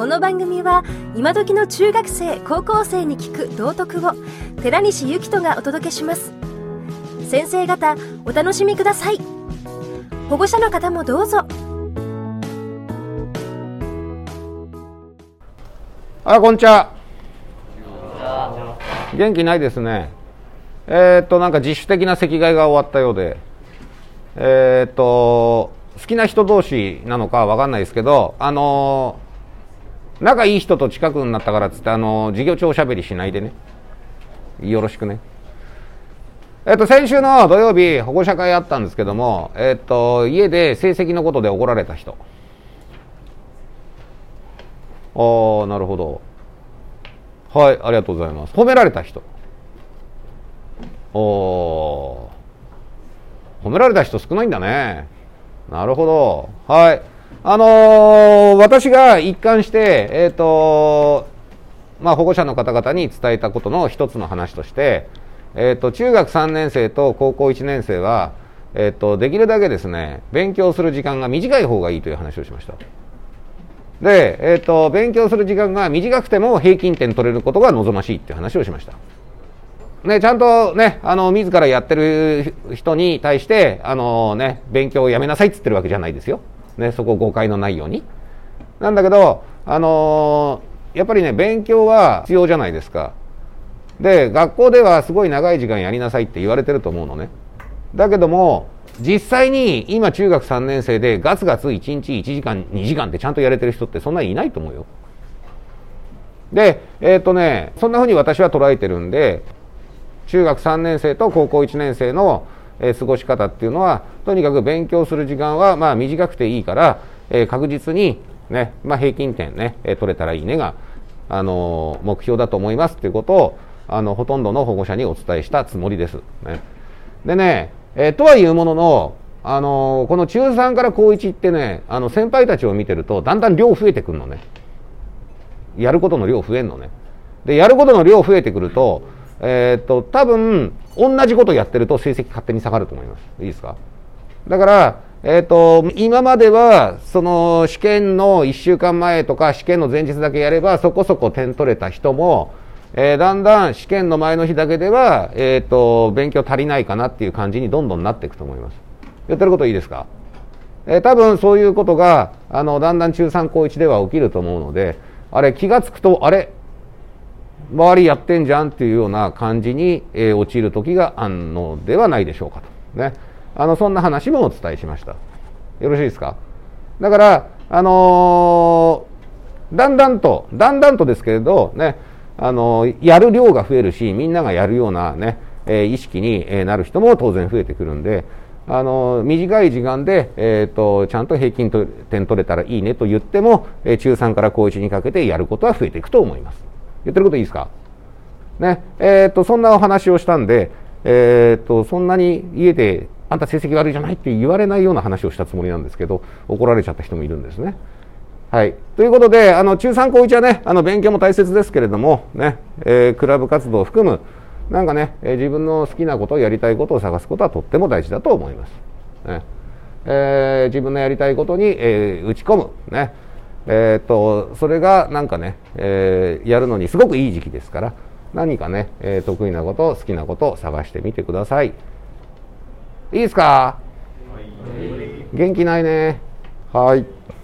の番組は今時の中学生高校生に聞く道徳を寺西幸人がお届けします。先生方お楽しみください。保護者の方もどうぞ。 こんにちは。元気ないですね。なんか自主的な席替えが終わったようで、好きな人同士なのかわかんないですけど、仲いい人と近くになったからっつって授業中おしゃべりしないでね、よろしくね。先週の土曜日保護者会あったんですけども、家で成績のことで怒られた人。なるほど。はい、ありがとうございます。褒められた人。褒められた人少ないんだね。なるほど。はい。私が一貫して、保護者の方々に伝えたことの一つの話として、中学3年生と高校1年生は、できるだけですね、勉強する時間が短い方がいいという話をしました。で、勉強する時間が短くても平均点取れることが望ましいっていう話をしました。ね、ちゃんとね、自らやってる人に対して、勉強をやめなさいって言ってるわけじゃないですよ。ね、そこ誤解のないように。なんだけど、やっぱりね、勉強は必要じゃないですか。で、学校ではすごい長い時間やりなさいって言われてると思うのね。だけども、実際に今中学3年生でガツガツ1日1時間2時間ってちゃんとやれてる人ってそんなにいないと思うよ。で、そんな風に私は捉えてるんで、中学3年生と高校1年生の過ごし方っていうのは、とにかく勉強する時間は短くていいから、確実にね、平均点ね、取れたらいいねが、目標だと思いますっていうことを、ほとんどの保護者にお伝えしたつもりです。ね、でね、とはいうものの、この中3から高1ってね、先輩たちを見てると、だんだん量増えてくるのね。やることの量増えんのね。で、やることの量増えてくると、多分、同じことやってると成績勝手に下がると思います。いいですか？だから、今までは、その試験の1週間前とか試験の前日だけやればそこそこ点取れた人も、だんだん試験の前の日だけでは、勉強足りないかなっていう感じにどんどんなっていくと思います。言ってることいいですか？多分そういうことが、だんだん中3高1では起きると思うので、気がつくと、周りやってんじゃんっていうような感じに、陥る時があるのではないでしょうかと。ね。そんな話もお伝えしました。よろしいですか？だから、だんだんとですけれど、ね、やる量が増えるし、みんながやるようなね、意識になる人も当然増えてくるんで、短い時間で、ちゃんと平均点取れたらいいねと言っても、中3から高1にかけてやることは増えていくと思います。言ってることいいですか？ね、そんなお話をしたんで、そんなに家であんた成績悪いじゃないって言われないような話をしたつもりなんですけど、怒られちゃった人もいるんですね。はい。ということで、中3高1はね、勉強も大切ですけれども、ね、クラブ活動を含む、なんかね、自分の好きなことをやりたいことを探すことはとっても大事だと思います。ね、自分のやりたいことに、打ち込む。ね。それがなんかね、やるのにすごくいい時期ですから、何かね、得意なこと、好きなことを探してみてください。いいですか？元気ないね。はい。